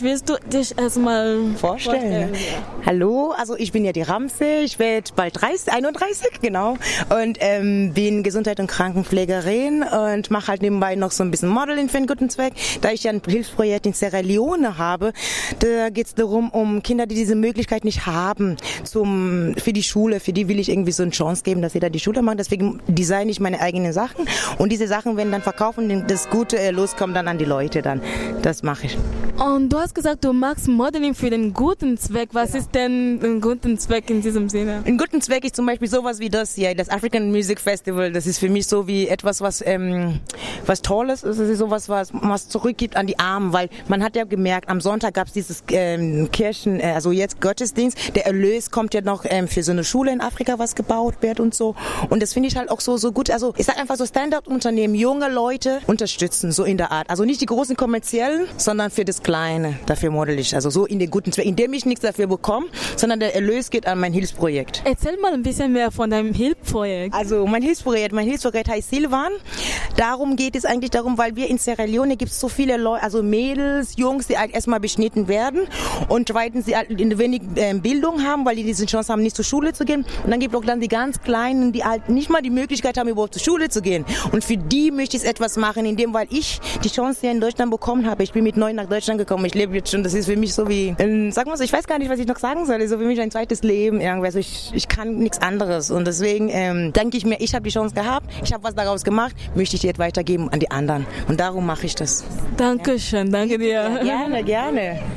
Willst du dich erstmal vorstellen? Hallo, also ich bin ja die Ramse, ich werde bald 31, genau, und bin Gesundheit- und Krankenpflegerin und mache halt nebenbei noch so ein bisschen Modeling für einen guten Zweck. Da ich ja ein Hilfsprojekt in Sierra Leone habe, da geht es darum, um Kinder, die diese Möglichkeit nicht haben, für die Schule, für die will ich irgendwie so eine Chance geben, dass sie da die Schule machen. Deswegen designe ich meine eigenen Sachen und diese Sachen werden dann verkauft und das gute Los kommt dann an die Leute dann. Das mache ich. Und du hast gesagt, du machst Modeling für den guten Zweck. Was ist denn ein guten Zweck in diesem Sinne? Ein guten Zweck ist zum Beispiel sowas wie das hier, das African Music Festival. Das ist für mich so wie etwas, was Tolles ist. Es ist sowas, was zurückgibt an die Armen, weil man hat ja gemerkt, am Sonntag gab es dieses also jetzt Gottesdienst. Der Erlös kommt ja noch für so eine Schule in Afrika, was gebaut wird und so. Und das finde ich halt auch so gut. Also ich sage einfach so Stand-up-Unternehmen, junge Leute unterstützen, so in der Art. Also nicht die großen kommerziellen, sondern für das Kleine. Dafür model ich. Also so in den guten Zweck, indem ich nichts dafür bekomme, sondern der Erlös geht an mein Hilfsprojekt. Erzähl mal ein bisschen mehr von deinem Hilfsprojekt. Also mein Hilfsprojekt heißt Silvan. Darum geht es eigentlich darum, weil wir in Sierra Leone gibt es so viele Leute, also Mädels, Jungs, die halt erstmal beschnitten werden und zweitens die halt wenig Bildung haben, weil die diese Chance haben, nicht zur Schule zu gehen. Und dann gibt es auch dann die ganz Kleinen, die halt nicht mal die Möglichkeit haben, überhaupt zur Schule zu gehen. Und für die möchte ich etwas machen, weil ich die Chance hier in Deutschland bekommen habe. Ich bin mit 9 nach Deutschland gekommen. Ich lebe jetzt schon, das ist für mich so wie, sag mal so, ich weiß gar nicht, was ich noch sagen soll. So für mich ein zweites Leben irgendwie. Also ich kann nichts anderes. Und deswegen denke ich mir, ich habe die Chance gehabt, ich habe was daraus gemacht, möchte ich die jetzt weitergeben an die anderen. Und darum mache ich das. Dankeschön, danke dir. Gerne, gerne.